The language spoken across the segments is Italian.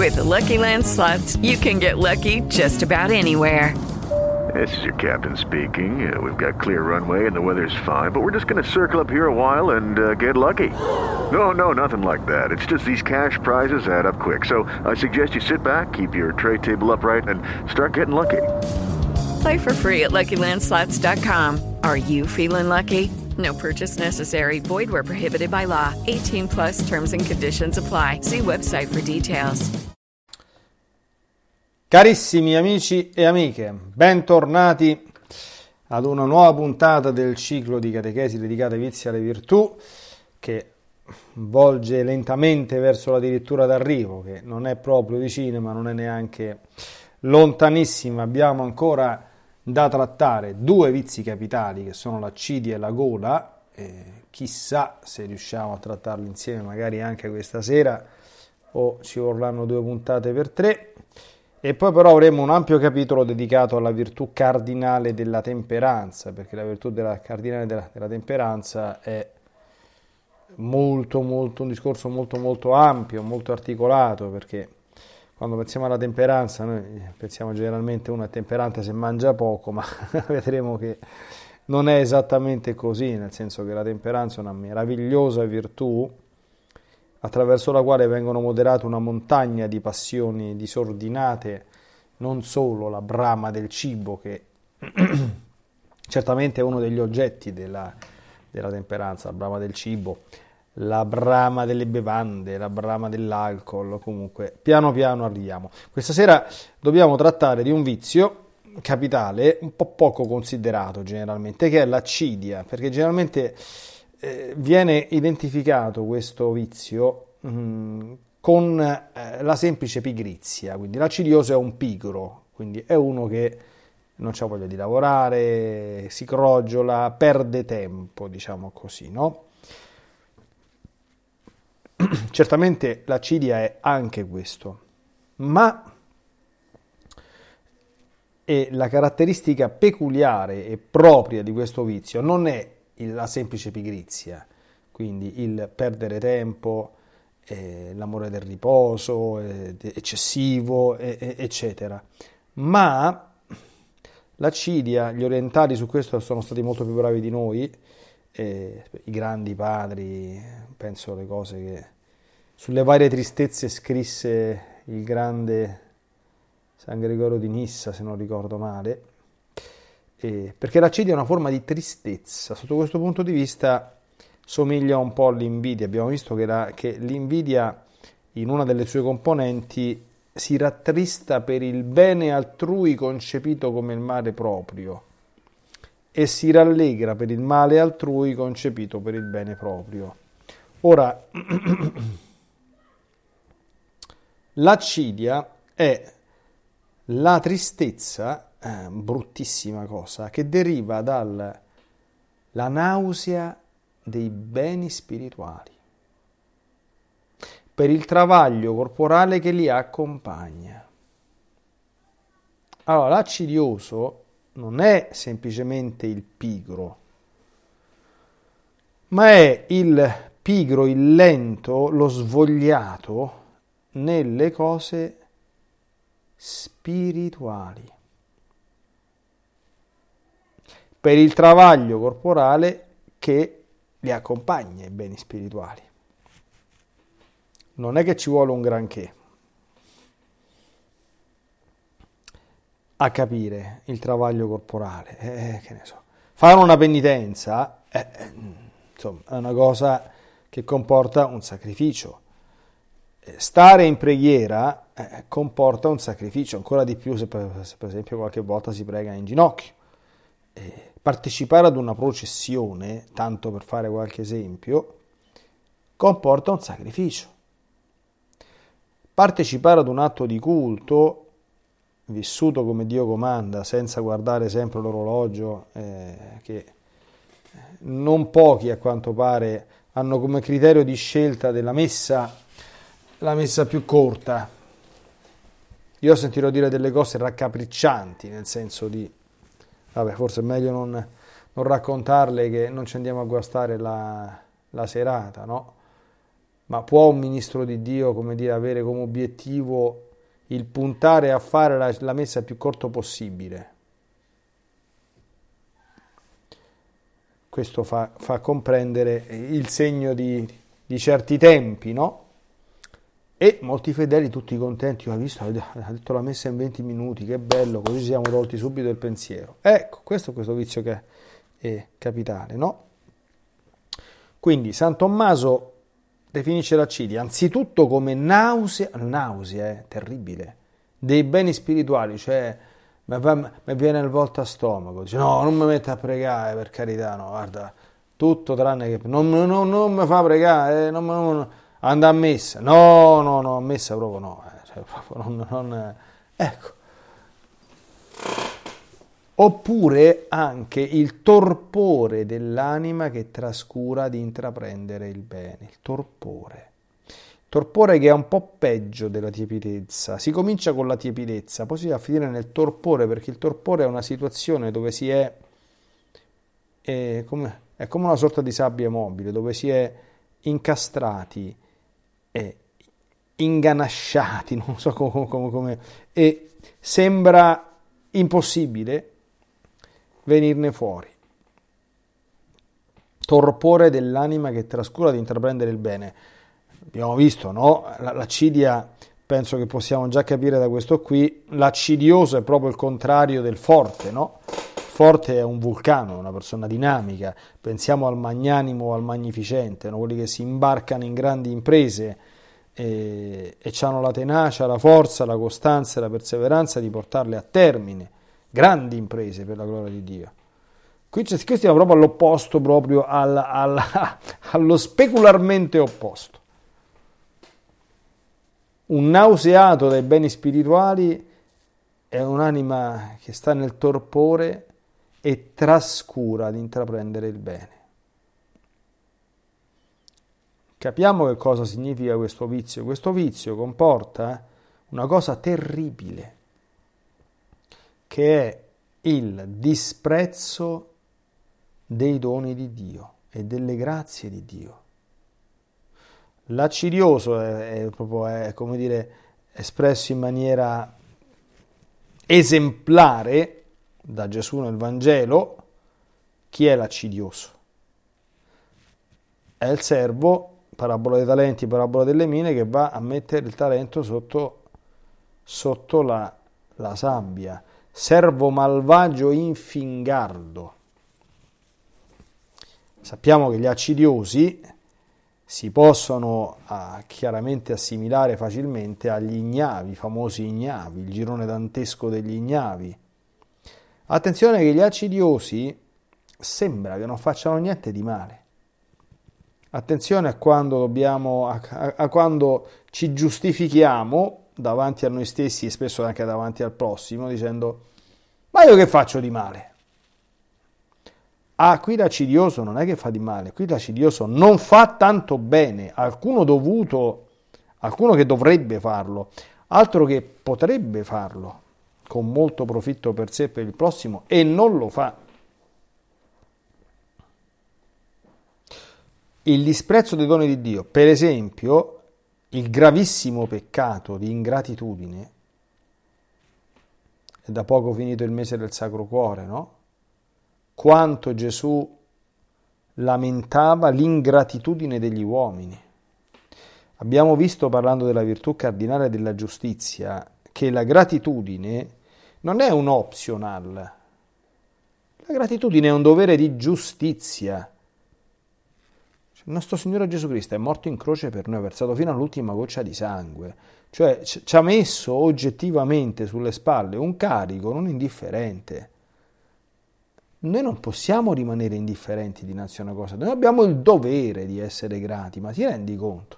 With the Lucky Land Slots, you can get lucky just about anywhere. This is your captain speaking. We've got clear runway and the weather's fine, but we're just going to circle up here a while and get lucky. No, nothing like that. It's just these cash prizes add up quick. So I suggest you sit back, keep your tray table upright, and start getting lucky. Play for free at LuckyLandSlots.com. Are you feeling lucky? No purchase necessary. Void where prohibited by law. 18 plus terms and conditions apply. See website for details. Carissimi amici e amiche, bentornati ad una nuova puntata del ciclo di catechesi dedicate ai vizi e alle virtù, che volge lentamente verso la dirittura d'arrivo, che non è proprio vicina ma non è neanche lontanissima. Abbiamo ancora da trattare due vizi capitali, che sono l'accidia e la gola, chissà se riusciamo a trattarli insieme magari anche questa sera, o ci vorranno 2 puntate per 3. E poi però avremo un ampio capitolo dedicato alla virtù cardinale della temperanza, perché la virtù cardinale della temperanza è un discorso molto ampio, molto articolato, perché quando pensiamo alla temperanza noi pensiamo generalmente uno è temperante se mangia poco, ma vedremo che non è esattamente così, nel senso che la temperanza è una meravigliosa virtù attraverso la quale vengono moderate una montagna di passioni disordinate, non solo la brama del cibo, che certamente è uno degli oggetti della temperanza, la brama del cibo, la brama delle bevande, la brama dell'alcol. Comunque piano piano arriviamo. Questa sera dobbiamo trattare di un vizio capitale un po' poco considerato generalmente, che è l'accidia, perché generalmente viene identificato questo vizio con la semplice pigrizia. Quindi l'accidioso è un pigro, quindi è uno che non c'ha voglia di lavorare, si crogiola, perde tempo, diciamo così, no? Certamente l'accidia è anche questo, ma la caratteristica peculiare e propria di questo vizio non è la semplice pigrizia, quindi il perdere tempo, l'amore del riposo eccessivo, eccetera, ma l'accidia, gli orientali su questo sono stati molto più bravi di noi, i grandi padri, penso alle cose che sulle varie tristezze scrisse il grande San Gregorio di Nissa, se non ricordo male, perché l'accidia è una forma di tristezza. Sotto questo punto di vista somiglia un po' all'invidia. Abbiamo visto che l'invidia, in una delle sue componenti, si rattrista per il bene altrui concepito come il male proprio e si rallegra per il male altrui concepito per il bene proprio. Ora, l'accidia è la tristezza, bruttissima cosa, che deriva dalla nausea dei beni spirituali, per il travaglio corporale che li accompagna. Allora, l'accidioso non è semplicemente il pigro, ma è il pigro, il lento, lo svogliato nelle cose spirituali, per il travaglio corporale che li accompagna, i beni spirituali. Non è che ci vuole un granché a capire il travaglio corporale, che ne so. Fare una penitenza insomma, è una cosa che comporta un sacrificio. Stare in preghiera comporta un sacrificio, ancora di più se per esempio qualche volta si prega in ginocchio. Partecipare ad una processione, tanto per fare qualche esempio, comporta un sacrificio. Partecipare ad un atto di culto vissuto come Dio comanda, senza guardare sempre l'orologio, che non pochi a quanto pare hanno come criterio di scelta della messa la messa più corta. Io ho sentito dire delle cose raccapriccianti, nel senso di, vabbè, forse è meglio non raccontarle, che non ci andiamo a guastare la serata, no? ma può un ministro di Dio, come dire, avere come obiettivo il puntare a fare la messa il più corto possibile? Questo fa comprendere il segno di certi tempi, no? E molti fedeli tutti contenti, ha visto, ha detto la messa in 20 minuti, che bello, così ci siamo tolti subito il pensiero. Ecco, questo è questo vizio che è capitale, no? Quindi San Tommaso definisce l'accidia anzitutto come nausea, terribile, dei beni spirituali, cioè mi viene il volto a stomaco, dice no, non mi metto a pregare, per carità, no, guarda, tutto tranne che non mi fa pregare, anda a messa, no, a messa proprio no, cioè, proprio ecco. Oppure anche il torpore dell'anima che trascura di intraprendere il bene, il torpore che è un po' peggio della tiepidezza. Si comincia con la tiepidezza, poi si va a finire nel torpore, perché il torpore è una situazione dove si è come una sorta di sabbia mobile, dove si è incastrati, inganasciati, non so come, e sembra impossibile venirne fuori. Torpore dell'anima che trascura di intraprendere il bene. Abbiamo visto, no? L'accidia, penso che possiamo già capire da questo qui, l'accidioso è proprio il contrario del forte, no? Il forte è un vulcano, una persona dinamica. Pensiamo al magnanimo o al magnificente, no? Quelli che si imbarcano in grandi imprese e hanno la tenacia, la forza, la costanza e la perseveranza di portarle a termine. Grandi imprese per la gloria di Dio. Qui stiamo proprio all'opposto, proprio allo specularmente opposto. Un nauseato dai beni spirituali è un'anima che sta nel torpore e trascura di intraprendere il bene. Capiamo che cosa significa questo vizio. Questo vizio comporta una cosa terribile, che è il disprezzo dei doni di Dio e delle grazie di Dio. L'accidioso è come dire, espresso in maniera esemplare da Gesù nel Vangelo. Chi è l'accidioso? È il servo, parabola dei talenti, parabola delle mine, che va a mettere il talento sotto la sabbia. Servo malvagio infingardo. Sappiamo che gli accidiosi si possono chiaramente assimilare facilmente agli ignavi, i famosi ignavi, il girone dantesco degli ignavi. Attenzione che gli accidiosi sembra che non facciano niente di male. Attenzione a quando quando ci giustifichiamo davanti a noi stessi e spesso anche davanti al prossimo, dicendo: ma io che faccio di male? Qui l'accidioso non è che fa di male, qui l'accidioso non fa tanto bene, alcuno che dovrebbe farlo, altro che potrebbe farlo con molto profitto per sé e per il prossimo, e non lo fa. Il disprezzo dei doni di Dio, per esempio, il gravissimo peccato di ingratitudine, è da poco finito il mese del Sacro Cuore, no? Quanto Gesù lamentava l'ingratitudine degli uomini. Abbiamo visto, parlando della virtù cardinale della giustizia, che la gratitudine non è un optional. La gratitudine è un dovere di giustizia. Il nostro Signore Gesù Cristo è morto in croce per noi, ha versato fino all'ultima goccia di sangue. Cioè ci ha messo oggettivamente sulle spalle un carico non indifferente. Noi non possiamo rimanere indifferenti dinanzi a una cosa, noi abbiamo il dovere di essere grati, ma ti rendi conto?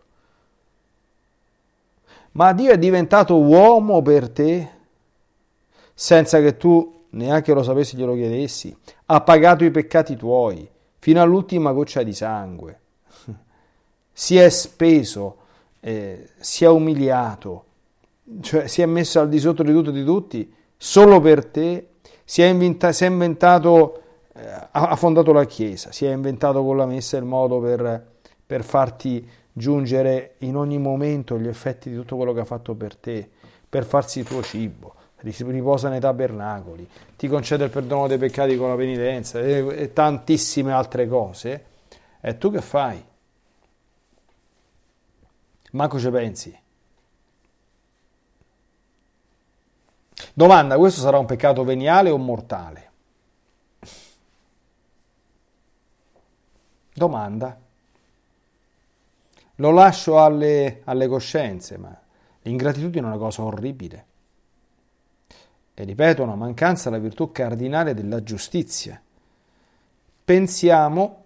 Ma Dio è diventato uomo per te, senza che tu neanche lo sapessi, glielo chiedessi, ha pagato i peccati tuoi, fino all'ultima goccia di sangue, si è speso, si è umiliato, cioè si è messo al di sotto di tutto e di tutti, solo per te. Si è inventato, ha fondato la Chiesa, si è inventato con la messa il modo per farti giungere in ogni momento gli effetti di tutto quello che ha fatto per te, per farsi il tuo cibo, riposa nei tabernacoli, ti concede il perdono dei peccati con la penitenza e tantissime altre cose, e tu che fai? Manco ci pensi. Domanda, questo sarà un peccato veniale o mortale? Domanda. Lo lascio alle coscienze, ma l'ingratitudine è una cosa orribile. E ripeto, una mancanza della virtù cardinale della giustizia. Pensiamo,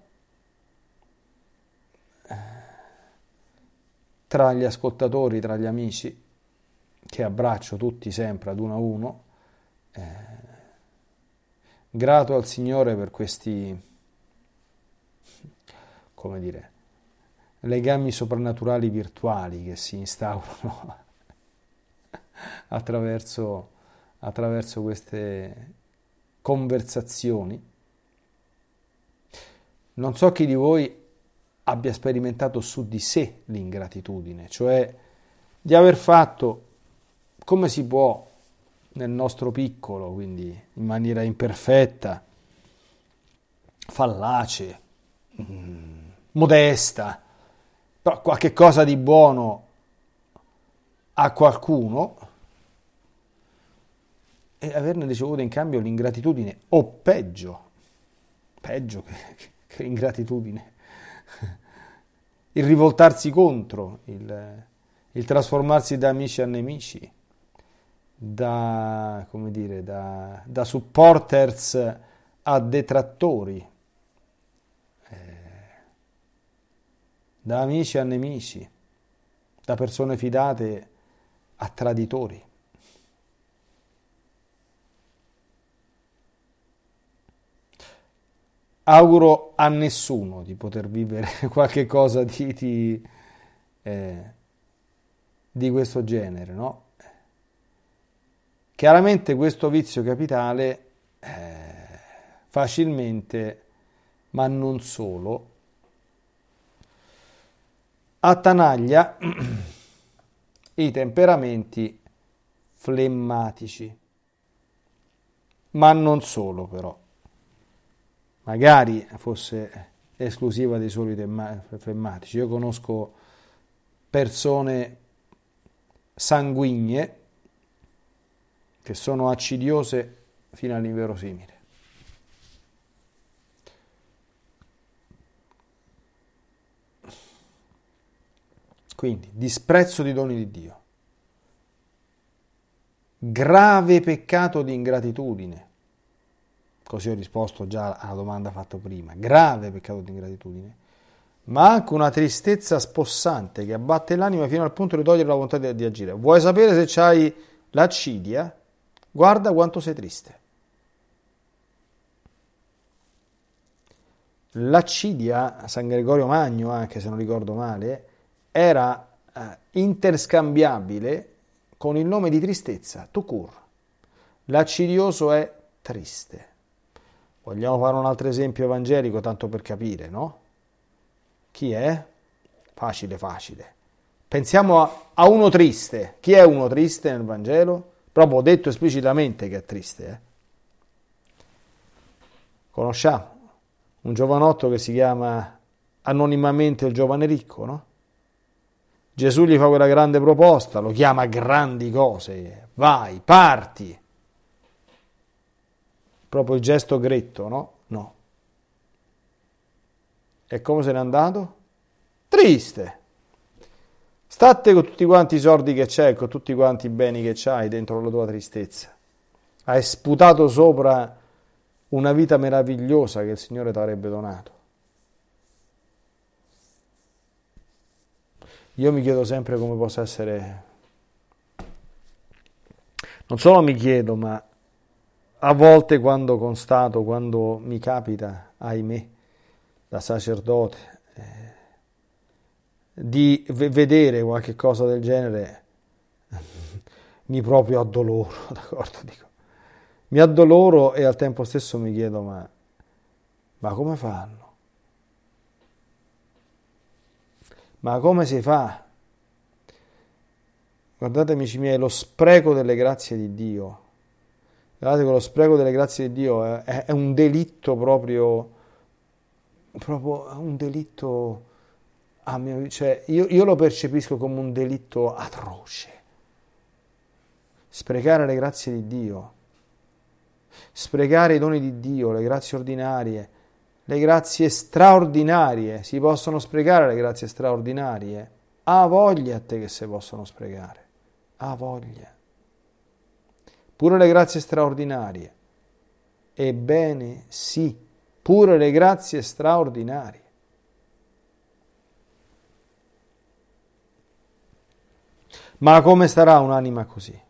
tra gli ascoltatori, tra gli amici, che abbraccio tutti sempre ad uno a uno, grato al Signore per questi, come dire, legami soprannaturali virtuali che si instaurano attraverso queste conversazioni. Non so chi di voi abbia sperimentato su di sé l'ingratitudine, cioè di aver fatto come si può nel nostro piccolo, quindi in maniera imperfetta, fallace, modesta, però qualche cosa di buono a qualcuno e averne ricevuto in cambio l'ingratitudine, o peggio che ingratitudine, il rivoltarsi contro, il trasformarsi da amici a nemici, da supporters a detrattori, da amici a nemici, da persone fidate a traditori. Auguro a nessuno di poter vivere qualche cosa di questo genere, no? Chiaramente questo vizio capitale facilmente, ma non solo, attanaglia i temperamenti flemmatici, ma non solo però. Magari fosse esclusiva dei soli flemmatici. Io conosco persone sanguigne che sono accidiose fino all'inverosimile. Quindi, disprezzo di doni di Dio, grave peccato di ingratitudine, così ho risposto già alla domanda fatta prima, grave peccato di ingratitudine, ma anche una tristezza spossante che abbatte l'anima fino al punto di togliere la volontà di agire. Vuoi sapere se c'hai l'accidia? Guarda quanto sei triste. L'accidia, San Gregorio Magno, anche se non ricordo male, era interscambiabile con il nome di tristezza, tout court. L'accidioso è triste. Vogliamo fare un altro esempio evangelico, tanto per capire, no? Chi è? Facile. Pensiamo a uno triste. Chi è uno triste nel Vangelo? Proprio detto esplicitamente che è triste. Conosciamo un giovanotto che si chiama anonimamente il giovane ricco, no? Gesù gli fa quella grande proposta, lo chiama a grandi cose. Vai, parti. Proprio il gesto gretto, no? No. E come se n'è andato? Triste. State con tutti quanti i soldi che c'è, con tutti quanti i beni che c'hai dentro la tua tristezza. Hai sputato sopra una vita meravigliosa che il Signore ti avrebbe donato. Io mi chiedo sempre come possa essere... Non solo mi chiedo, ma a volte quando constato, quando mi capita, ahimè, da sacerdote, di vedere qualche cosa del genere, mi proprio addoloro, d'accordo? Mi addoloro e al tempo stesso mi chiedo, ma come fanno? Ma come si fa? Guardate, amici miei, lo spreco delle grazie di Dio. Guardate che lo spreco delle grazie di Dio è un delitto proprio un delitto, cioè io lo percepisco come un delitto atroce. Sprecare le grazie di Dio, sprecare i doni di Dio, le grazie ordinarie, le grazie straordinarie. Si possono sprecare le grazie straordinarie? Ha voglia a te che si possono sprecare, ha voglia. Pure le grazie straordinarie. Ebbene sì, pure le grazie straordinarie. Ma come starà un'anima così?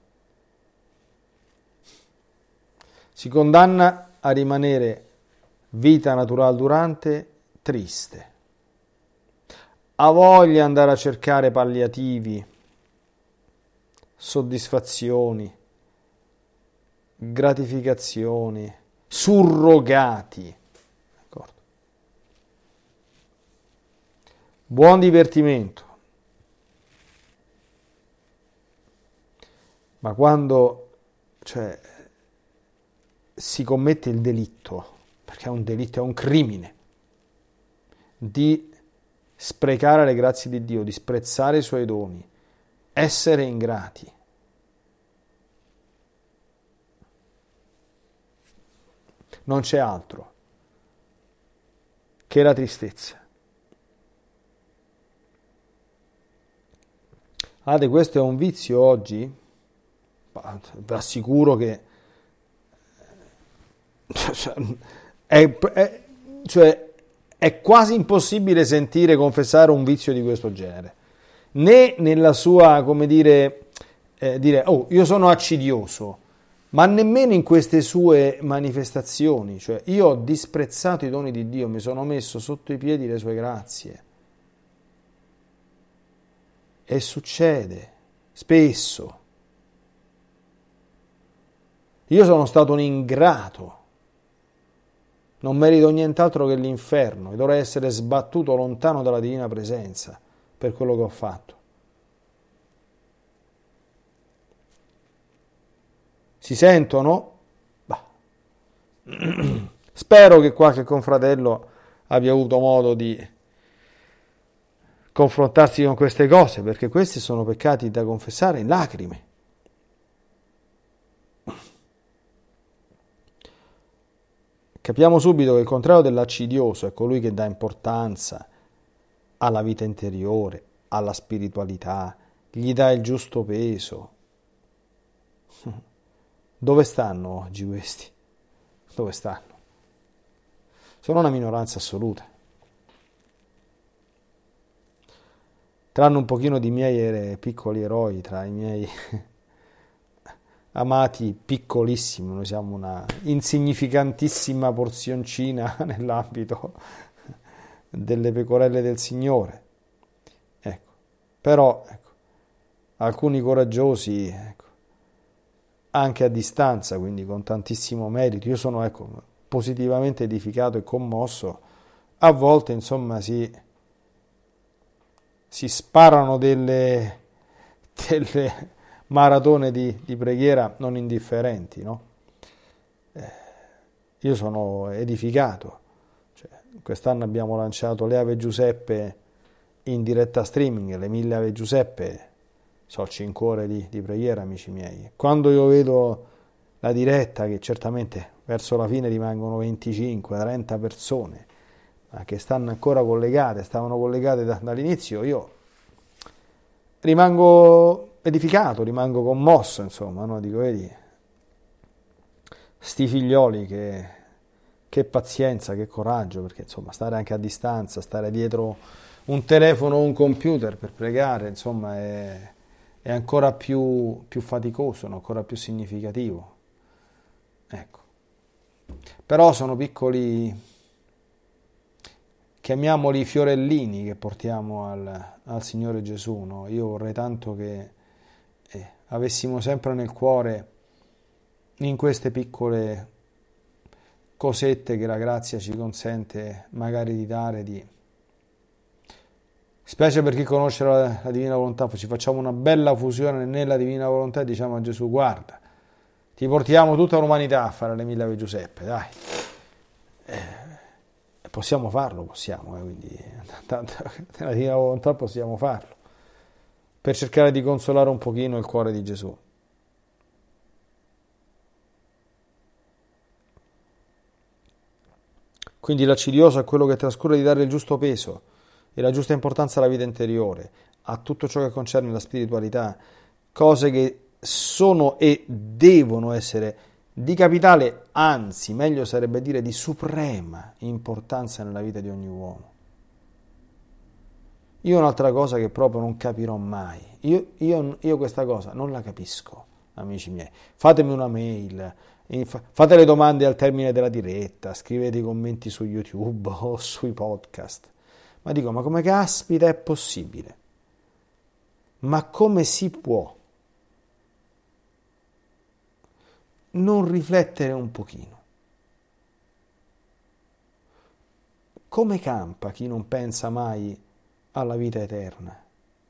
Si condanna a rimanere vita naturale durante triste. Ha voglia di andare a cercare palliativi, soddisfazioni, gratificazioni, surrogati. D'accordo? Buon divertimento. Ma quando, si commette il delitto, perché è un delitto, è un crimine, di sprecare le grazie di Dio, di sprezzare i suoi doni, essere ingrati, non c'è altro che la tristezza. Questo è un vizio oggi, vi assicuro che è quasi impossibile sentire confessare un vizio di questo genere, né nella sua, dire oh, io sono accidioso, ma nemmeno in queste sue manifestazioni. Cioè, io ho disprezzato i doni di Dio, mi sono messo sotto i piedi le sue grazie. E succede spesso. Io sono stato un ingrato, non merito nient'altro che l'inferno e dovrei essere sbattuto lontano dalla divina presenza per quello che ho fatto. Si sentono? Bah. Spero che qualche confratello abbia avuto modo di confrontarsi con queste cose, perché questi sono peccati da confessare in lacrime. Capiamo subito che il contrario dell'accidioso è colui che dà importanza alla vita interiore, alla spiritualità, gli dà il giusto peso. Dove stanno oggi questi? Dove stanno? Sono una minoranza assoluta. Tranne un pochino di miei piccoli eroi, tra i miei amati piccolissimi, noi siamo una insignificantissima porzioncina nell'ambito delle pecorelle del Signore. Però alcuni coraggiosi, anche a distanza, quindi con tantissimo merito, io sono positivamente edificato e commosso. A volte insomma si sparano delle maratone di preghiera non indifferenti, no? Io sono edificato. Quest'anno abbiamo lanciato le Ave Giuseppe in diretta streaming, le 1000 Ave Giuseppe, 5 ore di preghiera, amici miei. Quando io vedo la diretta, che certamente verso la fine rimangono 25-30 persone, ma che stanno ancora collegate, stavano collegate dall'inizio, io rimango edificato, rimango commosso, insomma, no? Dico, vedi, sti figlioli che pazienza, che coraggio, perché insomma stare anche a distanza, stare dietro un telefono o un computer per pregare, insomma è ancora più faticoso, no? Ancora più significativo. Però sono piccoli, chiamiamoli fiorellini, che portiamo al Signore Gesù, no? Io vorrei tanto che avessimo sempre nel cuore, in queste piccole cosette che la grazia ci consente magari di dare, di Specie per chi conosce la divina volontà, ci facciamo una bella fusione nella divina volontà e diciamo a Gesù: guarda, ti portiamo tutta l'umanità a fare le 1000 Ave Giuseppe, dai. Possiamo farlo, quindi nella divina volontà possiamo farlo, per cercare di consolare un pochino il cuore di Gesù. Quindi l'accidioso è quello che trascura di dare il giusto peso e la giusta importanza alla vita interiore, a tutto ciò che concerne la spiritualità, cose che sono e devono essere di capitale, anzi, meglio sarebbe dire di suprema importanza nella vita di ogni uomo. Io un'altra cosa che proprio non capirò mai, io questa cosa non la capisco, amici miei. Fatemi una mail, fate le domande al termine della diretta, scrivete i commenti su YouTube o sui podcast. Ma dico, ma come caspita è possibile? Ma come si può non riflettere un pochino? Come campa chi non pensa mai alla vita eterna?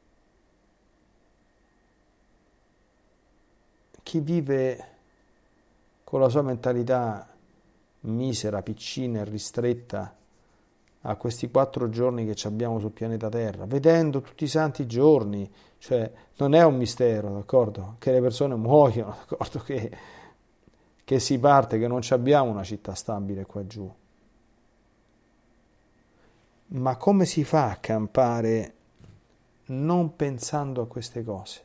Chi vive con la sua mentalità misera, piccina e ristretta a questi 4 giorni che abbiamo sul pianeta Terra, vedendo tutti i santi giorni, cioè non è un mistero, d'accordo? Che le persone muoiono, d'accordo? Che si parte, che non abbiamo una città stabile qua giù. Ma come si fa a campare non pensando a queste cose?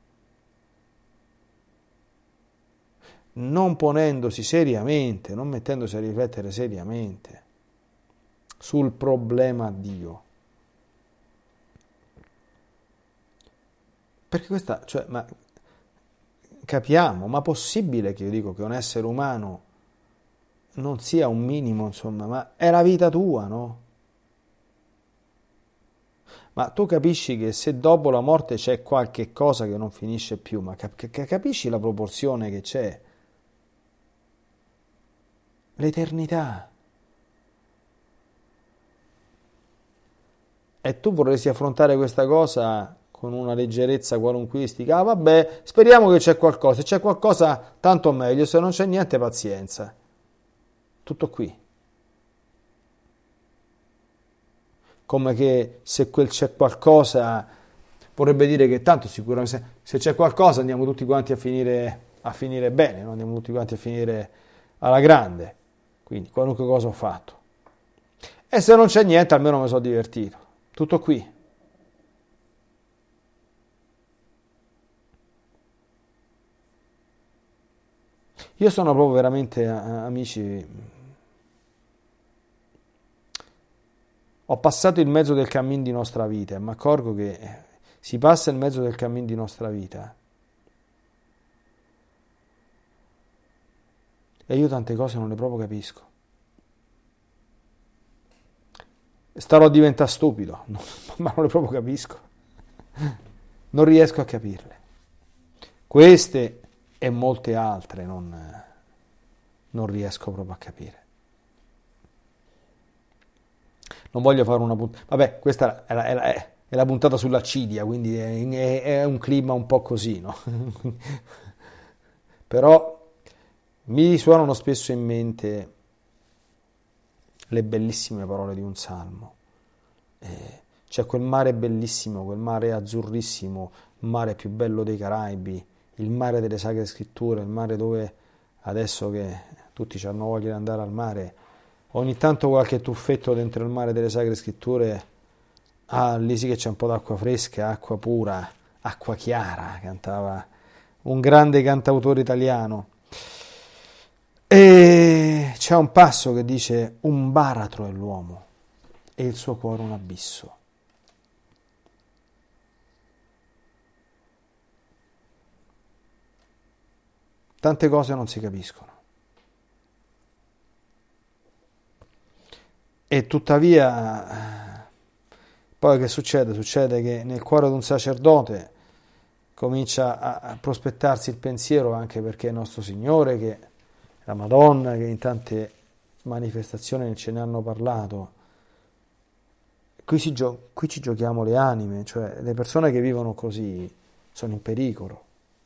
Non ponendosi seriamente, non mettendosi a riflettere seriamente sul problema Dio. Perché questa, cioè, ma capiamo, ma possibile che io dico che un essere umano non sia un minimo, insomma, ma è la vita tua, no? Ma tu capisci che se dopo la morte c'è qualche cosa che non finisce più, ma capisci la proporzione che c'è? L'eternità. E tu vorresti affrontare questa cosa con una leggerezza qualunquistica? Ah, vabbè, speriamo che c'è qualcosa. Se c'è qualcosa, tanto meglio. Se non c'è niente, pazienza. Tutto qui. Come che se c'è qualcosa, vorrebbe dire che tanto sicuramente se c'è qualcosa andiamo tutti quanti a finire bene, no? Andiamo tutti quanti a finire alla grande. Quindi qualunque cosa ho fatto. E se non c'è niente, almeno mi sono divertito. Tutto qui. Io sono proprio veramente, amici, ho passato il mezzo del cammin di nostra vita e mi accorgo che si passa il mezzo del cammin di nostra vita e io tante cose non le proprio capisco. Starò a diventare stupido, ma non le proprio capisco. Non riesco a capirle. Queste e molte altre non riesco proprio a capire. Non voglio fare una puntata. Vabbè, questa è la puntata sull'accidia, quindi è un clima un po' così, no? Però mi risuonano spesso in mente le bellissime parole di un salmo. C'è quel mare bellissimo, quel mare azzurrissimo, il mare più bello dei Caraibi, il mare delle Sacre Scritture, il mare dove adesso che tutti hanno voglia di andare al mare, ogni tanto qualche tuffetto dentro il mare delle Sacre Scritture, lì sì che c'è un po' d'acqua fresca, acqua pura, acqua chiara, cantava un grande cantautore italiano. E c'è un passo che dice: un baratro è l'uomo e il suo cuore un abisso. Tante cose non si capiscono. E tuttavia, poi che succede? Succede che nel cuore di un sacerdote comincia a prospettarsi il pensiero, anche perché è nostro Signore, che la Madonna, che in tante manifestazioni ce ne hanno parlato, qui ci giochiamo le anime, cioè le persone che vivono così sono in pericolo.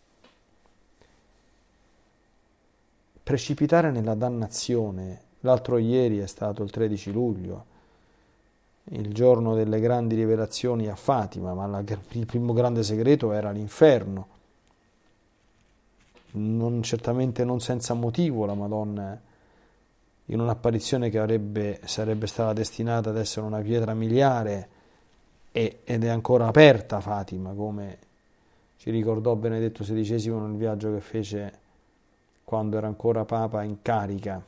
Precipitare nella dannazione. L'altro ieri è stato il 13 luglio, il giorno delle grandi rivelazioni a Fatima, ma il primo grande segreto era l'inferno. Certamente non senza motivo la Madonna, in un'apparizione che sarebbe stata destinata ad essere una pietra miliare, ed è ancora aperta Fatima, come ci ricordò Benedetto XVI nel viaggio che fece quando era ancora Papa in carica.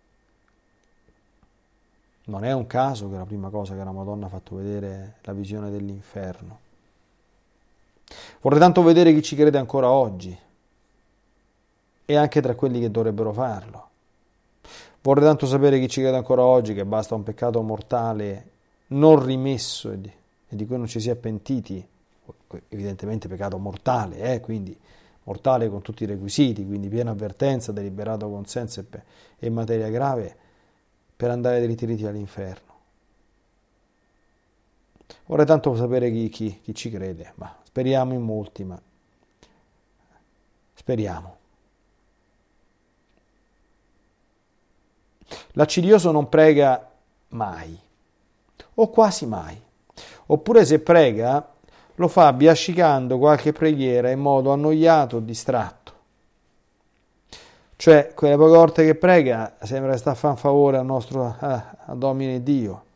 Non è un caso che la prima cosa che la Madonna ha fatto vedere è la visione dell'inferno. Vorrei tanto vedere chi ci crede ancora oggi, e anche tra quelli che dovrebbero farlo. Vorrei tanto sapere chi ci crede ancora oggi che basta un peccato mortale non rimesso e di cui non ci si è pentiti, evidentemente peccato mortale, quindi mortale con tutti i requisiti, quindi piena avvertenza, deliberato consenso e materia grave, per andare dritti all'inferno. Vorrei tanto sapere chi ci crede, ma speriamo in molti, ma speriamo. L'accidioso non prega mai, o quasi mai, oppure se prega lo fa biascicando qualche preghiera in modo annoiato o distratto. Cioè, quelle poche volte che prega sembra che sta a fare un favore al nostro Domine Dio.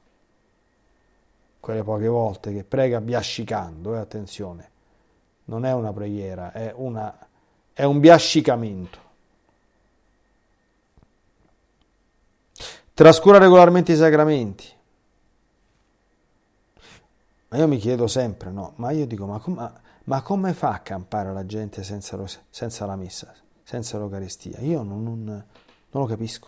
Quelle poche volte che prega biascicando, attenzione, non è una preghiera, è un biascicamento. Trascura regolarmente i sacramenti. Ma io mi chiedo sempre, no? Ma io dico, ma come fa a campare la gente senza la messa, senza l'Eucaristia? Io non lo capisco.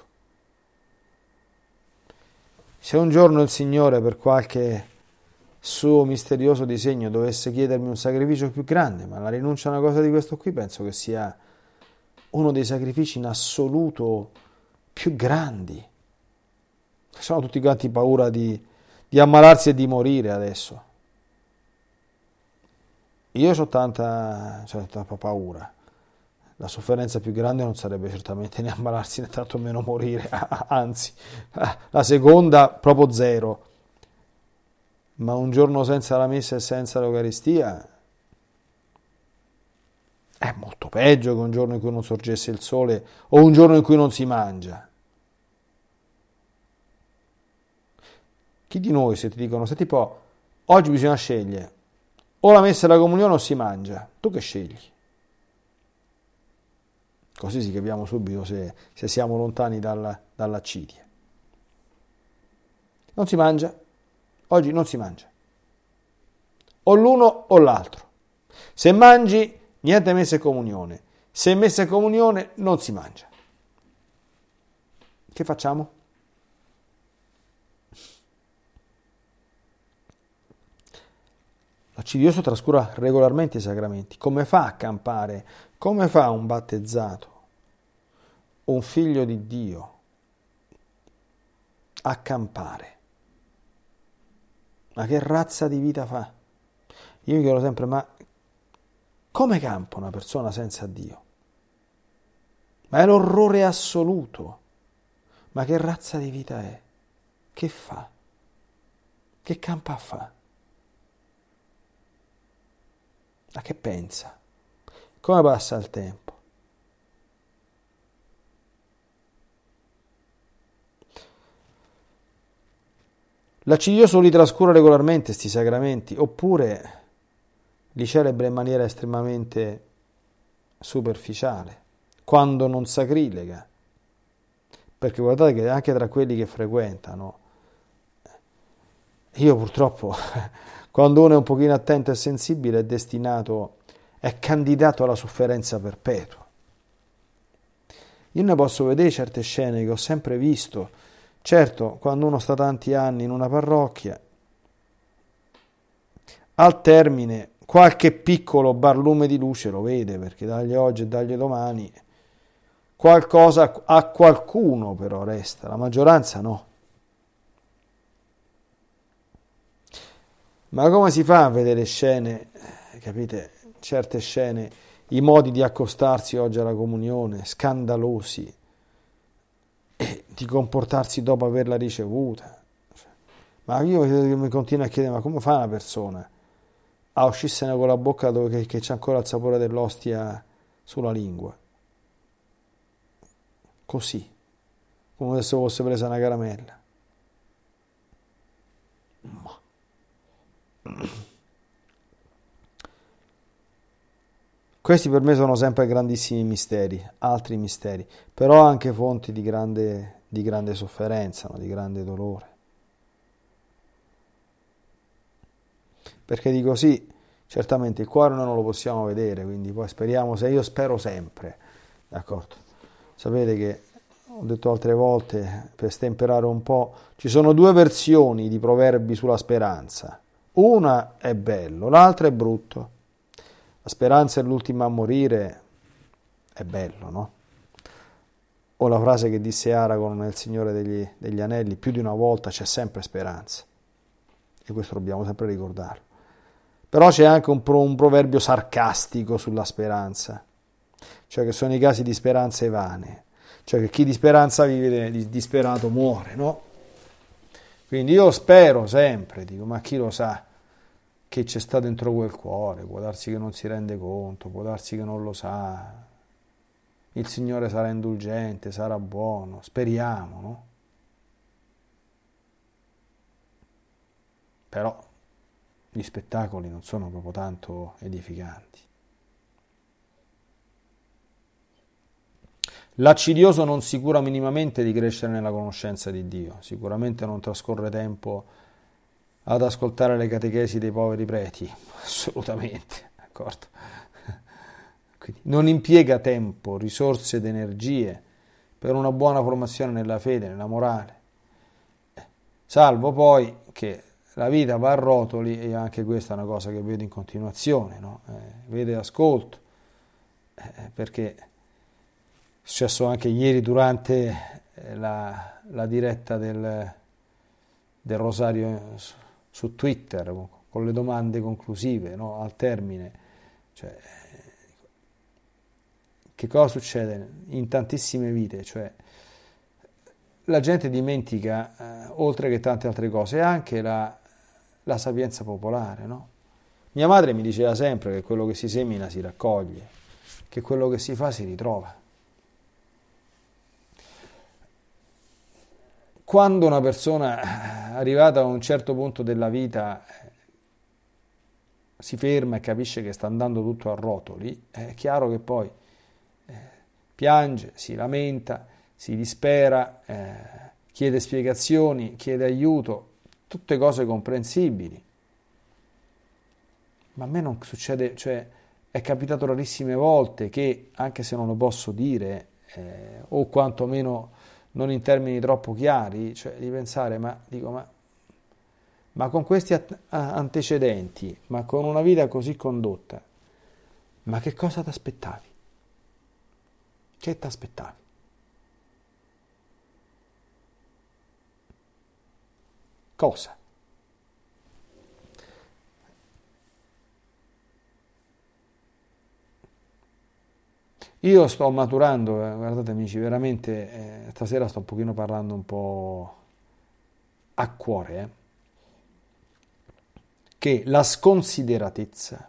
Se un giorno il Signore, per qualche suo misterioso disegno, dovesse chiedermi un sacrificio più grande, ma la rinuncia a una cosa di questo qui, penso che sia uno dei sacrifici in assoluto più grandi. Sono tutti quanti paura di ammalarsi e di morire adesso. Io ho tanta paura. La sofferenza più grande non sarebbe certamente né ammalarsi né tanto meno morire, anzi, la seconda proprio zero. Ma un giorno senza la messa e senza l'Eucaristia è molto peggio che un giorno in cui non sorgesse il sole o un giorno in cui non si mangia. Chi di noi, se ti dicono, se tipo oggi bisogna scegliere o la messa e la comunione o si mangia, tu che scegli? Così si capiamo subito se siamo lontani dall'accidia. Non si mangia, oggi non si mangia. O l'uno o l'altro. Se mangi, niente messa e comunione. Se messa e comunione, non si mangia. Che facciamo? L'accidioso trascura regolarmente i sacramenti. Come fa a campare? Come fa un battezzato, un figlio di Dio, a campare? Ma che razza di vita fa? Io mi chiedo sempre, ma come campa una persona senza Dio? Ma è l'orrore assoluto. Ma che razza di vita è? Che fa? Che campa fa? A che pensa? Come passa il tempo? L'accidioso li trascura regolarmente sti sacramenti, oppure li celebra in maniera estremamente superficiale, quando non sacrilega. Perché guardate che anche tra quelli che frequentano, io purtroppo, quando uno è un pochino attento e sensibile, è candidato alla sofferenza perpetua. Io ne posso vedere certe scene che ho sempre visto. Certo, quando uno sta tanti anni in una parrocchia, al termine qualche piccolo barlume di luce lo vede, perché dagli oggi e dagli domani qualcosa a qualcuno però resta, la maggioranza no. Ma come si fa a vedere scene, capite, certe scene, i modi di accostarsi oggi alla comunione, scandalosi, e di comportarsi dopo averla ricevuta? Ma io mi continuo a chiedere, ma come fa una persona a uscirsene con la bocca dove che c'è ancora il sapore dell'ostia sulla lingua? Così, come se fosse presa una caramella. Questi per me sono sempre grandissimi misteri, altri misteri, però anche fonti di grande sofferenza, no? Di grande dolore. Perché dico sì, certamente il cuore noi non lo possiamo vedere, quindi poi speriamo, io spero sempre, d'accordo? Sapete che ho detto altre volte, per stemperare un po', ci sono due versioni di proverbi sulla speranza. Una è bello, l'altra è brutto. La speranza è l'ultima a morire, è bello, no? O la frase che disse Aragorn nel Signore degli Anelli, più di una volta c'è sempre speranza. E questo dobbiamo sempre ricordarlo. Però c'è anche un proverbio sarcastico sulla speranza, cioè che sono i casi di speranze vane, cioè che chi di speranza vive, di disperato muore, no? Quindi io spero sempre, dico, ma chi lo sa che c'è sta dentro quel cuore? Può darsi che non si rende conto, può darsi che non lo sa. Il Signore sarà indulgente, sarà buono, speriamo, no? Però gli spettacoli non sono proprio tanto edificanti. L'accidioso non si cura minimamente di crescere nella conoscenza di Dio, sicuramente non trascorre tempo ad ascoltare le catechesi dei poveri preti, assolutamente, d'accordo? Quindi non impiega tempo, risorse ed energie per una buona formazione nella fede, nella morale, salvo poi che la vita va a rotoli, e anche questa è una cosa che vedo in continuazione, no? Vedo e ascolto, perché è successo anche ieri durante la diretta del Rosario su Twitter, con le domande conclusive, no? Al termine. Cioè, che cosa succede in tantissime vite? Cioè, la gente dimentica, oltre che tante altre cose, anche la sapienza popolare, no? Mia madre mi diceva sempre che quello che si semina si raccoglie, che quello che si fa si ritrova. Quando una persona arrivata a un certo punto della vita si ferma e capisce che sta andando tutto a rotoli, è chiaro che poi piange, si lamenta, si dispera, chiede spiegazioni, chiede aiuto, tutte cose comprensibili. Ma a me non succede, cioè è capitato rarissime volte che, anche se non lo posso dire, o quantomeno non in termini troppo chiari, cioè di pensare, ma con questi antecedenti, ma con una vita così condotta, ma che cosa ti aspettavi? Che ti aspettavi? Cosa? Io sto maturando, guardate amici, veramente stasera sto un pochino parlando un po' a cuore, che la sconsideratezza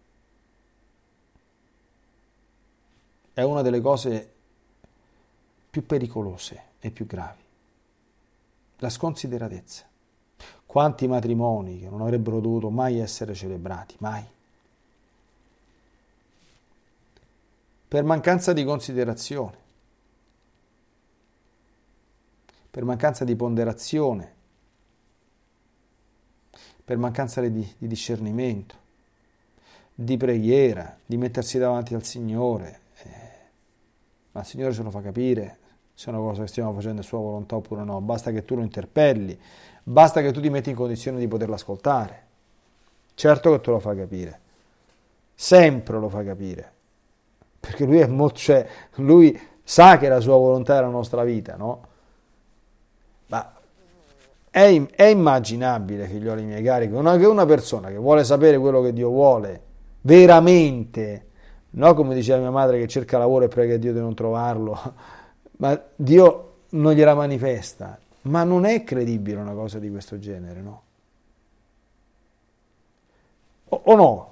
è una delle cose più pericolose e più gravi. La sconsideratezza. Quanti matrimoni che non avrebbero dovuto mai essere celebrati, mai. Per mancanza di considerazione, per mancanza di ponderazione, per mancanza di discernimento, di preghiera, di mettersi davanti al Signore. Ma il Signore ce lo fa capire se è una cosa che stiamo facendo è sua volontà oppure no. Basta che tu lo interpelli, basta che tu ti metti in condizione di poterlo ascoltare. Certo che te lo fa capire, sempre lo fa capire. Perché lui è molto, cioè, lui sa che la sua volontà è la nostra vita, no? Ma È immaginabile, figlioli miei cari, che una persona che vuole sapere quello che Dio vuole, veramente, no come diceva mia madre che cerca lavoro e prega Dio di non trovarlo, ma Dio non gliela manifesta. Ma non è credibile una cosa di questo genere, no? O no?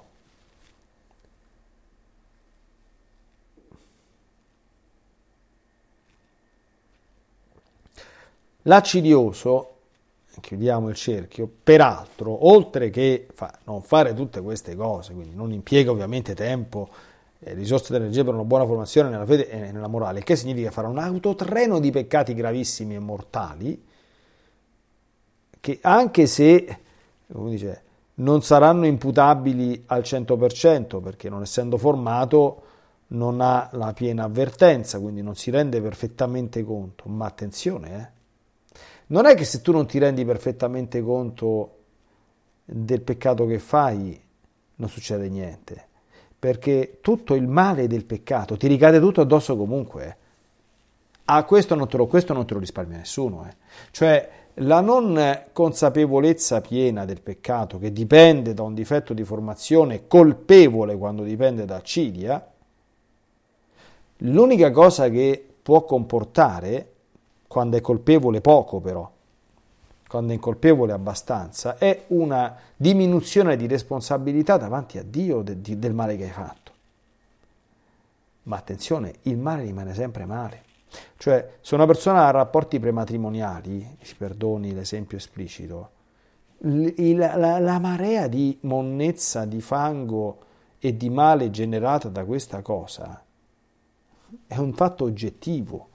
L'accidioso, chiudiamo il cerchio, peraltro, oltre che non fare tutte queste cose, quindi non impiega ovviamente tempo, risorse ed energie per una buona formazione nella fede e nella morale, che significa fare un autotreno di peccati gravissimi e mortali, che anche se, come dice, non saranno imputabili al 100%, perché non essendo formato non ha la piena avvertenza, quindi non si rende perfettamente conto, ma attenzione, non è che se tu non ti rendi perfettamente conto del peccato che fai non succede niente, perché tutto il male del peccato ti ricade tutto addosso comunque. Questo non te lo risparmia nessuno. Cioè la non consapevolezza piena del peccato, che dipende da un difetto di formazione colpevole quando dipende da accidia, l'unica cosa che può comportare, quando è colpevole poco però, quando è incolpevole abbastanza, è una diminuzione di responsabilità davanti a Dio del male che hai fatto. Ma attenzione, il male rimane sempre male. Cioè, se una persona ha rapporti prematrimoniali, si perdoni l'esempio esplicito, la marea di monnezza, di fango e di male generata da questa cosa è un fatto oggettivo,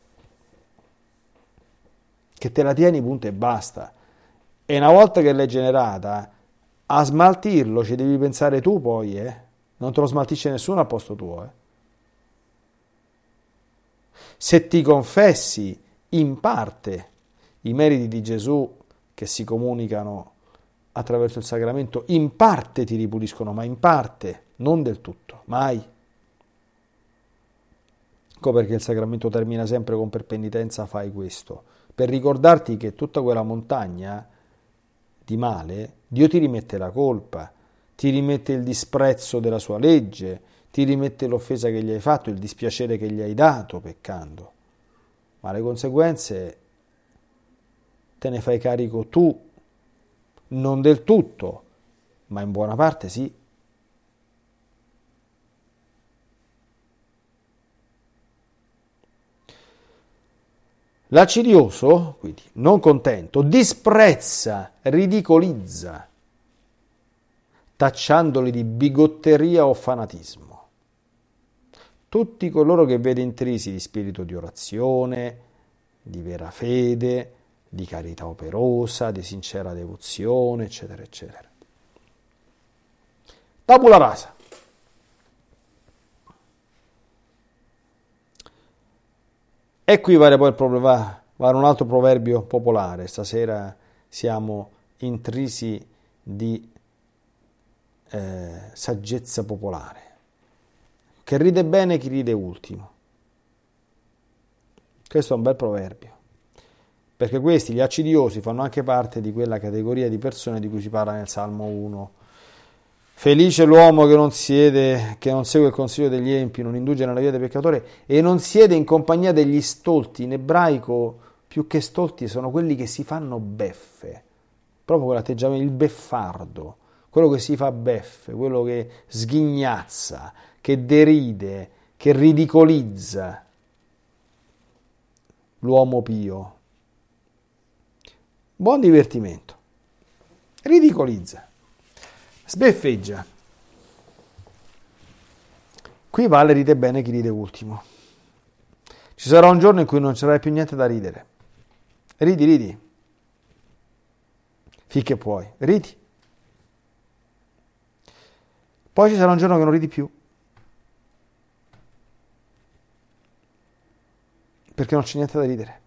che te la tieni punto e basta. E una volta che l'hai generata, a smaltirlo ci devi pensare tu poi, non te lo smaltisce nessuno al posto tuo, Se ti confessi in parte i meriti di Gesù che si comunicano attraverso il sacramento, in parte ti ripuliscono, ma in parte, non del tutto, mai. Ecco perché il sacramento termina sempre con per penitenza fai questo, per ricordarti che tutta quella montagna di male, Dio ti rimette la colpa, ti rimette il disprezzo della sua legge, ti rimette l'offesa che gli hai fatto, il dispiacere che gli hai dato peccando. Ma le conseguenze te ne fai carico tu, non del tutto, ma in buona parte sì. L'accidioso, quindi non contento, disprezza, ridicolizza, tacciandoli di bigotteria o fanatismo tutti coloro che vede intrisi di spirito di orazione, di vera fede, di carità operosa, di sincera devozione, eccetera, eccetera. Tabula rasa. E qui vale poi vale un altro proverbio popolare. Stasera siamo intrisi di saggezza popolare. Che ride bene chi ride ultimo. Questo è un bel proverbio, perché questi, gli accidiosi, fanno anche parte di quella categoria di persone di cui si parla nel Salmo 1. Felice l'uomo che non segue il consiglio degli empi, non induge nella via del peccatore e non siede in compagnia degli stolti. In ebraico, più che stolti, sono quelli che si fanno beffe, proprio quell'atteggiamento, il beffardo, quello che si fa beffe, quello che sghignazza, che deride, che ridicolizza l'uomo pio. Buon divertimento. Ridicolizza, sbeffeggia. Qui vale ride bene chi ride ultimo. Ci sarà un giorno in cui non ci sarà più niente da ridere. Ridi. Finché puoi, ridi. Poi ci sarà un giorno che non ridi più. Perché non c'è niente da ridere.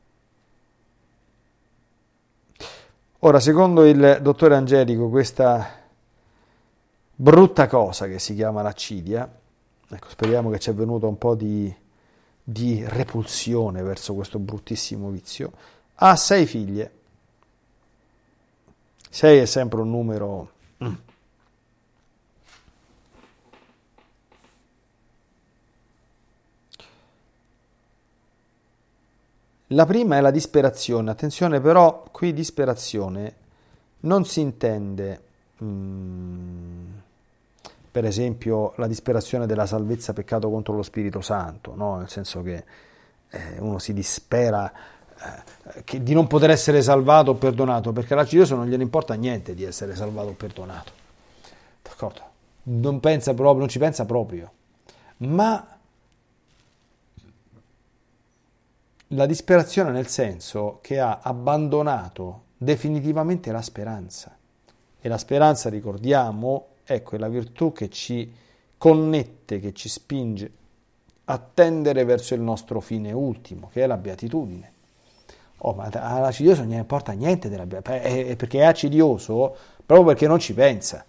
Ora, secondo il dottore Angelico, questa brutta cosa che si chiama l'accidia, ecco, speriamo che ci è venuto un po' di repulsione verso questo bruttissimo vizio, ha 6 figlie. 6 è sempre un numero... La prima è la disperazione. Attenzione però, qui disperazione non si intende, per esempio, la disperazione della salvezza peccato contro lo Spirito Santo, no? Nel senso che uno si dispera di non poter essere salvato o perdonato, perché all'arcidioso non gliene importa niente di essere salvato o perdonato. D'accordo? Non ci pensa proprio. Ma la disperazione nel senso che ha abbandonato definitivamente la speranza. E la speranza, ricordiamo, è quella virtù che ci connette, che ci spinge a tendere verso il nostro fine ultimo, che è la beatitudine. Oh, ma all'acidioso non gli importa niente della beatitudine, perché è acidioso proprio perché non ci pensa.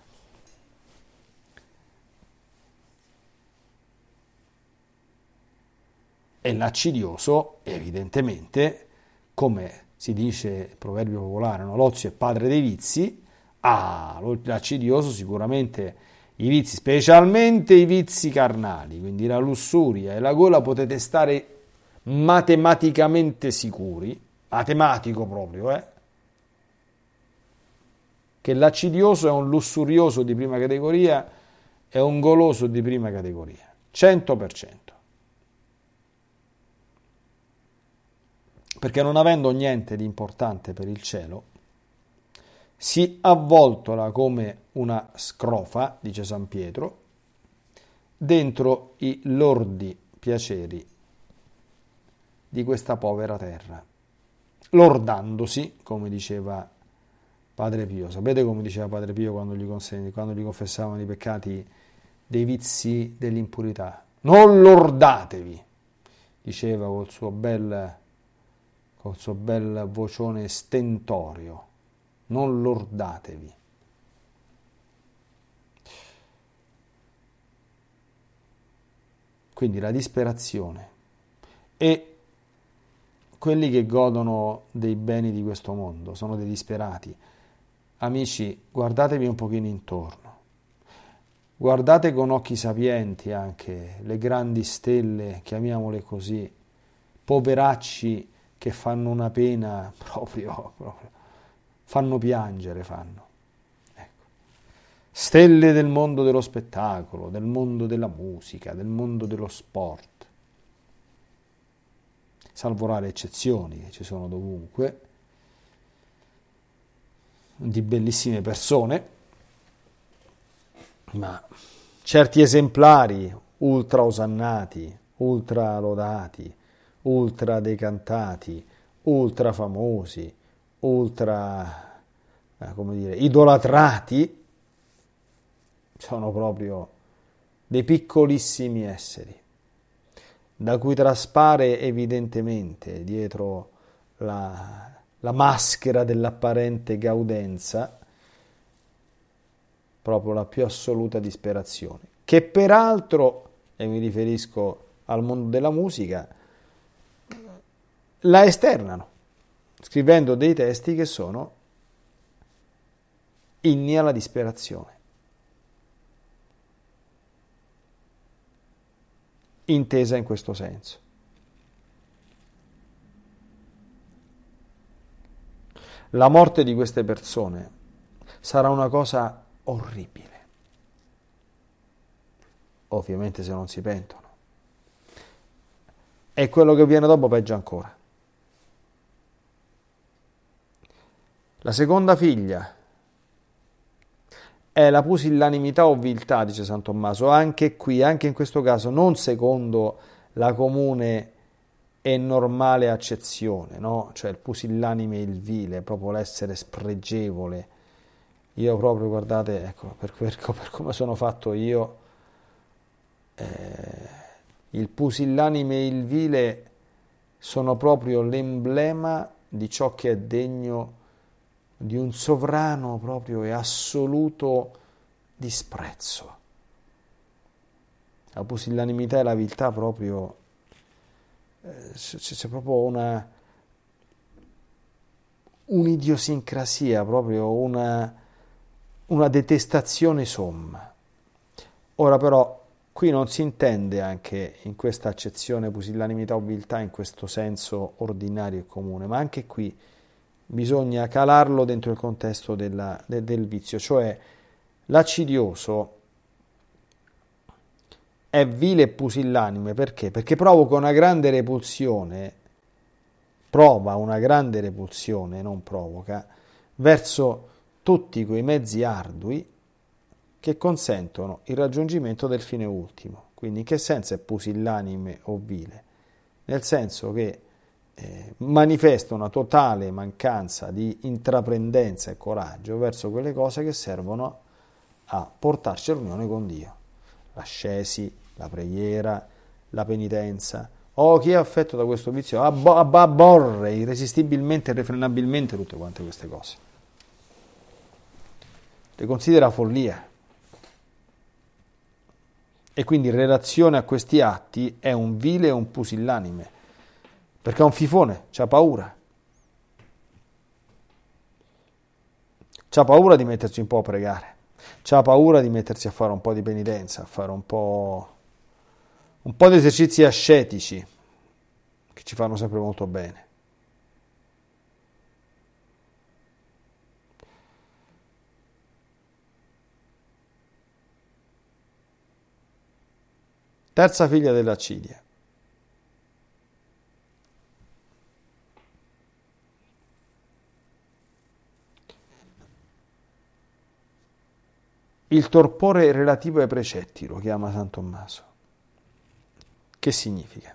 E l'accidioso, evidentemente, come si dice proverbio popolare, no? L'ozio è padre dei vizi. L'accidioso sicuramente i vizi, specialmente i vizi carnali, quindi la lussuria e la gola, potete stare matematicamente sicuri, matematico proprio, che l'accidioso è un lussurioso di prima categoria e un goloso di prima categoria, 100%. Perché non avendo niente di importante per il cielo, si avvoltola come una scrofa, dice San Pietro, dentro i lordi piaceri di questa povera terra, lordandosi, come diceva Padre Pio. Sapete come diceva Padre Pio quando gli confessavano i peccati dei vizi dell'impurità? Non lordatevi, diceva col suo bel vocione stentorio, non lordatevi. Quindi la disperazione e quelli che godono dei beni di questo mondo sono dei disperati. Amici, guardatevi un pochino intorno, guardate con occhi sapienti anche le grandi stelle, chiamiamole così, poveracci che fanno una pena proprio fanno piangere, Ecco. Stelle del mondo dello spettacolo, del mondo della musica, del mondo dello sport, salvo rare eccezioni che ci sono dovunque, di bellissime persone, ma certi esemplari ultra osannati, ultra lodati, ultra decantati, ultra famosi, ultra, idolatrati, sono proprio dei piccolissimi esseri, da cui traspare evidentemente dietro la maschera dell'apparente gaudenza proprio la più assoluta disperazione, che peraltro, e mi riferisco al mondo della musica, la esternano, scrivendo dei testi che sono inni alla disperazione, intesa in questo senso. La morte di queste persone sarà una cosa orribile, ovviamente se non si pentono, e quello che viene dopo peggio ancora. La seconda figlia è la pusillanimità o viltà, dice San Tommaso, anche qui, anche in questo caso, non secondo la comune e normale accezione, no? Cioè il pusillanime e il vile, proprio l'essere spregevole. Io proprio, guardate, ecco, per come sono fatto io, il pusillanime e il vile sono proprio l'emblema di ciò che è degno di un sovrano proprio e assoluto disprezzo. La pusillanimità e la viltà proprio, c'è proprio un'idiosincrasia, proprio una detestazione somma. Ora però, qui non si intende anche in questa accezione pusillanimità o viltà in questo senso ordinario e comune, ma anche qui bisogna calarlo dentro il contesto del vizio, cioè l'accidioso è vile e pusillanime perché? Perché prova una grande repulsione, non provoca, verso tutti quei mezzi ardui che consentono il raggiungimento del fine ultimo. Quindi in che senso è pusillanime o vile? Nel senso che manifesta una totale mancanza di intraprendenza e coraggio verso quelle cose che servono a portarci all'unione con Dio. L'ascesi, la preghiera, la penitenza. Chi è affetto da questo vizio aborre irresistibilmente, irrefrenabilmente tutte quante queste cose. Le considera follia. E quindi in relazione a questi atti è un vile e un pusillanime, perché è un fifone, c'ha paura. C'ha paura di mettersi un po' a pregare, c'ha paura di mettersi a fare un po' di penitenza, a fare un po' di esercizi ascetici che ci fanno sempre molto bene. Terza figlia dell'accidia. Il torpore relativo ai precetti, lo chiama San Tommaso. Che significa?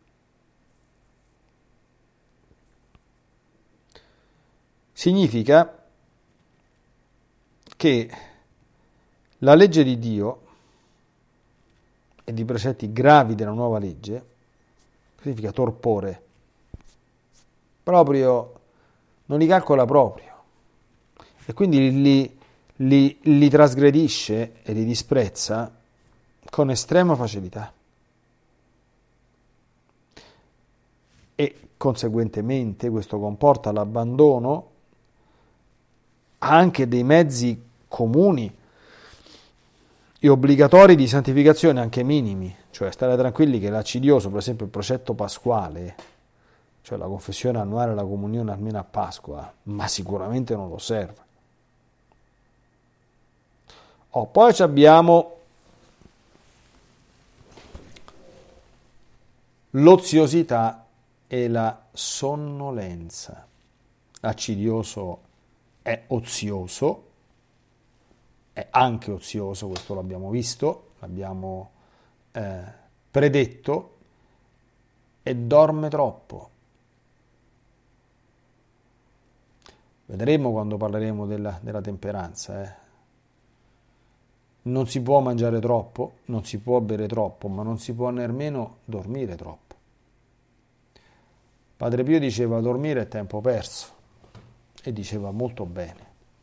Significa che la legge di Dio e di precetti gravi della nuova legge, significa torpore, proprio non li calcola proprio e quindi li trasgredisce e li disprezza con estrema facilità e conseguentemente questo comporta l'abbandono anche dei mezzi comuni e obbligatori di santificazione, anche minimi, cioè stare tranquilli che l'accidioso, per esempio il precetto pasquale, cioè la confessione annuale e la comunione almeno a Pasqua, ma sicuramente non lo serve. Poi abbiamo l'oziosità e la sonnolenza. L'accidioso è ozioso, è anche ozioso, questo l'abbiamo visto, l'abbiamo predetto, e dorme troppo. Vedremo quando parleremo della temperanza. Non si può mangiare troppo, non si può bere troppo, ma non si può nemmeno dormire troppo. Padre Pio diceva: dormire è tempo perso, e diceva molto bene.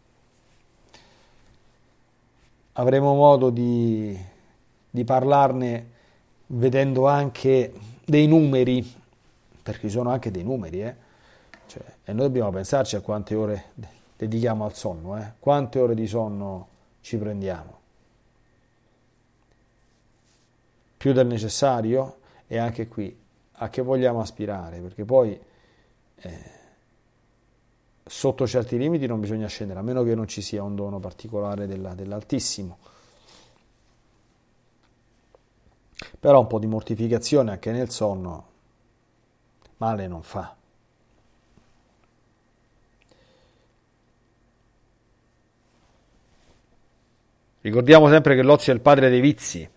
Avremo modo di parlarne vedendo anche dei numeri, perché ci sono anche dei numeri, e noi dobbiamo pensarci a quante ore dedichiamo al sonno, quante ore di sonno ci prendiamo. Più del necessario? E anche qui a che vogliamo aspirare, perché poi sotto certi limiti non bisogna scendere, a meno che non ci sia un dono particolare dell'Altissimo. Però un po' di mortificazione anche nel sonno male non fa. Ricordiamo sempre che l'ozio è il padre dei vizi.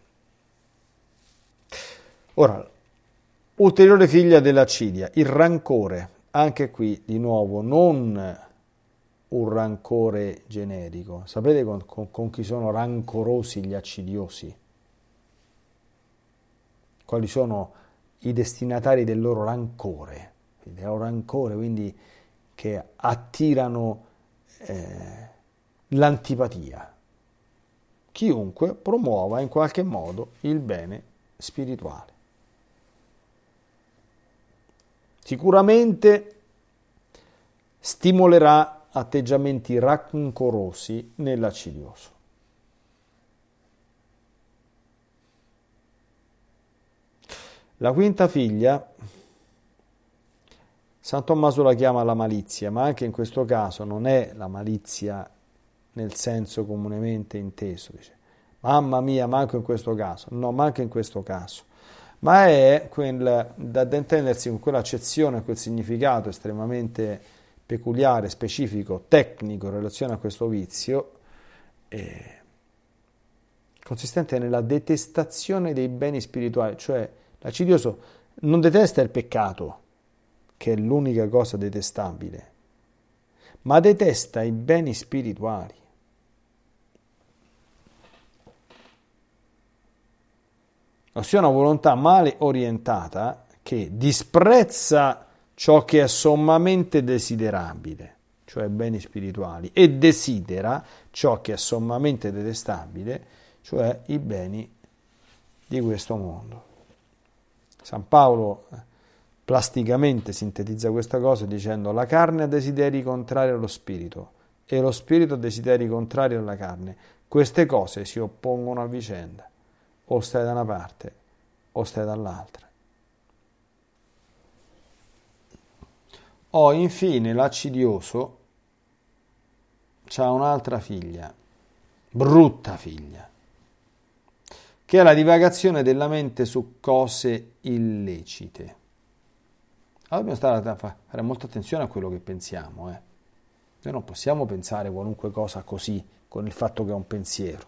Ora, ulteriore figlia dell'accidia, il rancore. Anche qui, di nuovo, non un rancore generico. Sapete con chi sono rancorosi gli accidiosi? Quali sono i destinatari del loro rancore? Il loro rancore, quindi, che attirano l'antipatia. Chiunque promuova in qualche modo il bene spirituale. Sicuramente stimolerà atteggiamenti rancorosi nell'accidioso. La quinta figlia, San Tommaso la chiama la malizia, ma anche in questo caso non è la malizia nel senso comunemente inteso, dice, mamma mia, manco in questo caso, no, manco in questo caso, ma è da intendersi con quell'accezione, quel significato estremamente peculiare, specifico, tecnico in relazione a questo vizio, consistente nella detestazione dei beni spirituali, cioè l'accidioso non detesta il peccato, che è l'unica cosa detestabile, ma detesta i beni spirituali. Ossia una volontà male orientata che disprezza ciò che è sommamente desiderabile, cioè beni spirituali, e desidera ciò che è sommamente detestabile, cioè i beni di questo mondo. San Paolo plasticamente sintetizza questa cosa dicendo: la carne ha desideri contrari allo spirito e lo spirito ha desideri contrari alla carne. Queste cose si oppongono a vicenda, o stai da una parte o stai dall'altra. Infine l'accidioso c'ha un'altra figlia, brutta figlia, che è la divagazione della mente su cose illecite. Allora dobbiamo stare a fare molta attenzione a quello che pensiamo. Noi non possiamo pensare qualunque cosa così, con il fatto che è un pensiero.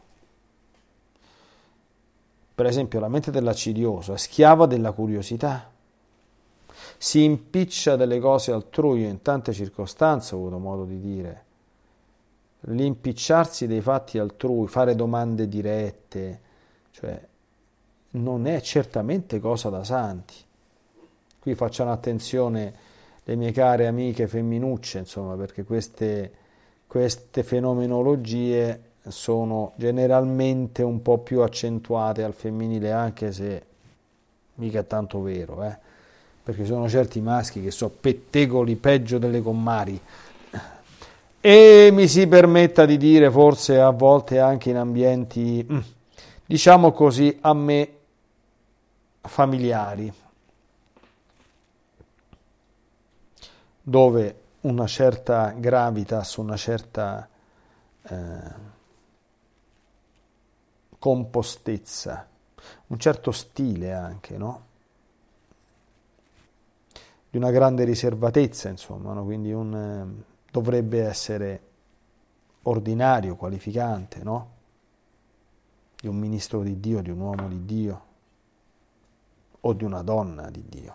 Per esempio, la mente dell'accidioso è schiava della curiosità. Si impiccia delle cose altrui, in tante circostanze ho avuto modo di dire. L'impicciarsi dei fatti altrui, fare domande dirette, cioè non è certamente cosa da santi. Qui facciano attenzione le mie care amiche femminucce, insomma, perché queste fenomenologie sono generalmente un po' più accentuate al femminile, anche se mica è tanto vero, perché sono certi maschi che sono pettegoli peggio delle commari. E mi si permetta di dire, forse a volte anche in ambienti, diciamo così, a me familiari, dove una certa gravitas, una certa compostezza, un certo stile anche, no? Di una grande riservatezza, insomma, no? Quindi dovrebbe essere ordinario, qualificante, no? Di un ministro di Dio, di un uomo di Dio o di una donna di Dio.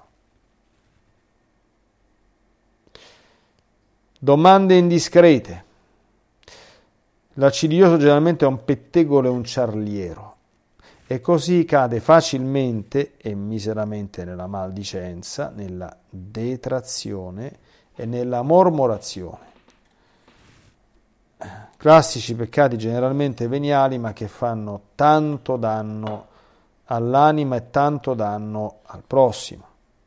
Domande indiscrete. L'accidioso generalmente è un pettegolo e un ciarliero, e così cade facilmente e miseramente nella maldicenza, nella detrazione e nella mormorazione. Classici peccati generalmente veniali, ma che fanno tanto danno all'anima e tanto danno al prossimo,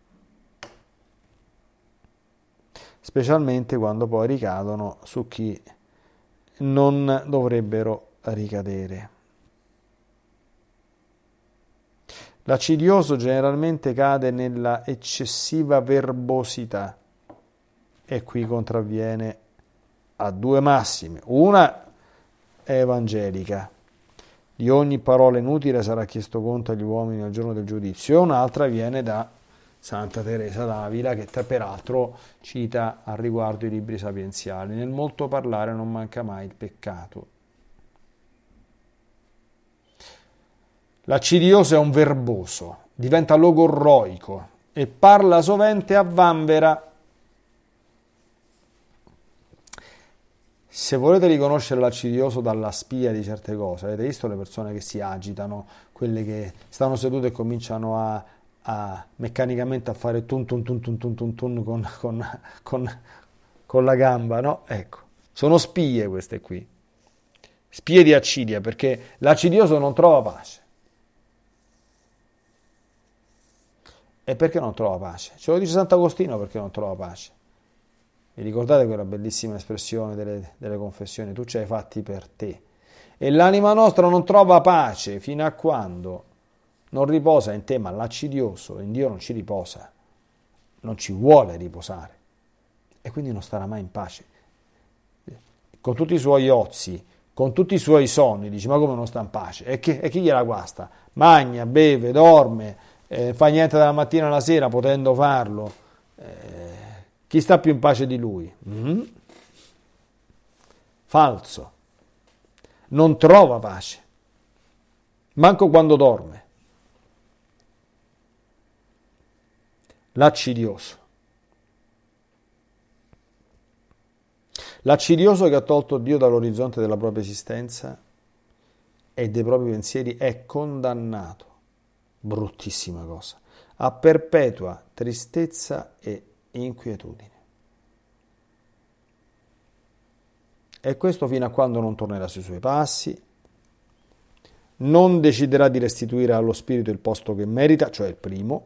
specialmente quando poi ricadono su chi non dovrebbero ricadere. L'accidioso generalmente cade nella eccessiva verbosità, e qui contravviene a due massime. Una è evangelica: di ogni parola inutile sarà chiesto conto agli uomini al giorno del giudizio, e un'altra viene da Santa Teresa d'Avila, che peraltro cita al riguardo i libri sapienziali: nel molto parlare non manca mai il peccato. L'accidioso è un verboso, diventa logorroico e parla sovente a vanvera. Se volete riconoscere l'accidioso dalla spia di certe cose, avete visto le persone che si agitano, quelle che stanno sedute e cominciano a meccanicamente a fare tun tun tun tun tun tun tun con la gamba, no? Ecco, sono spie queste qui, spie di accidia, perché l'accidioso non trova pace. E perché non trova pace? Ce lo dice Sant'Agostino perché non trova pace. Vi ricordate quella bellissima espressione delle confessioni? Tu ci hai fatti per te. E l'anima nostra non trova pace fino a quando non riposa in te, ma l'accidioso in Dio non ci riposa, non ci vuole riposare e quindi non starà mai in pace. Con tutti i suoi ozi, con tutti i suoi sonni, dici, ma come non sta in pace? E chi gliela guasta? Magna, beve, dorme, fa niente dalla mattina alla sera potendo farlo. Chi sta più in pace di lui? Falso. Non trova pace, manco quando dorme. L'accidioso. L'accidioso che ha tolto Dio dall'orizzonte della propria esistenza e dei propri pensieri è condannato, bruttissima cosa, a perpetua tristezza e inquietudine. E questo fino a quando non tornerà sui suoi passi, non deciderà di restituire allo spirito il posto che merita, cioè il primo,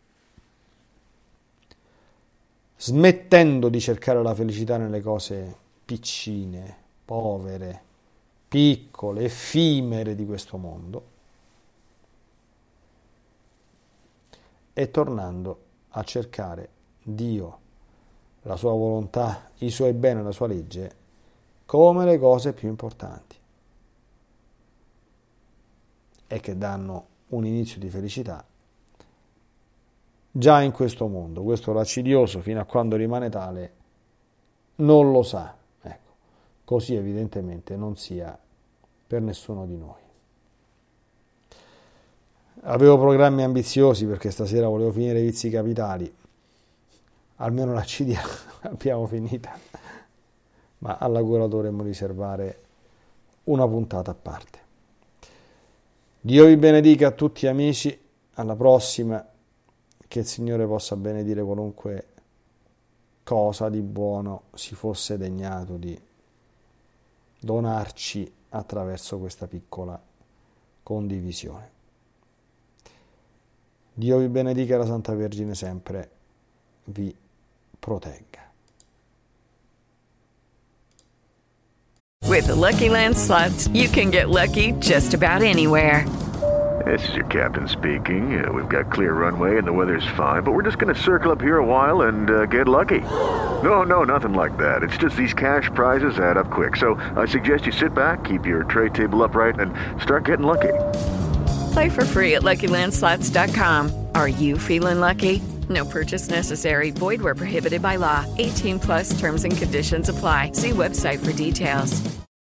smettendo di cercare la felicità nelle cose piccine, povere, piccole, effimere di questo mondo, e tornando a cercare Dio, la sua volontà, i suoi beni, la sua legge, come le cose più importanti e che danno un inizio di felicità già in questo mondo. Questo l'accidioso, fino a quando rimane tale, non lo sa. Ecco, così evidentemente non sia per nessuno di noi. Avevo programmi ambiziosi perché stasera volevo finire i vizi capitali, almeno la CD abbiamo finita, ma alla cura dovremmo riservare una puntata a parte. Dio vi benedica a tutti amici, alla prossima, che il Signore possa benedire qualunque cosa di buono si fosse degnato di donarci attraverso questa piccola condivisione. Dio vi benedica e la Santa Vergine sempre vi protegga. With the Lucky Land Slots, you can get lucky just about anywhere. This is your captain speaking. We've got clear runway and the weather's fine, but we're just going to circle up here a while and get lucky. No, nothing like that. It's just these cash prizes add up quick. So I suggest you sit back, keep your tray table upright, and start getting lucky. Play for free at LuckyLandSlots.com. Are you feeling lucky? No purchase necessary. Void where prohibited by law. 18+ terms and conditions apply. See website for details.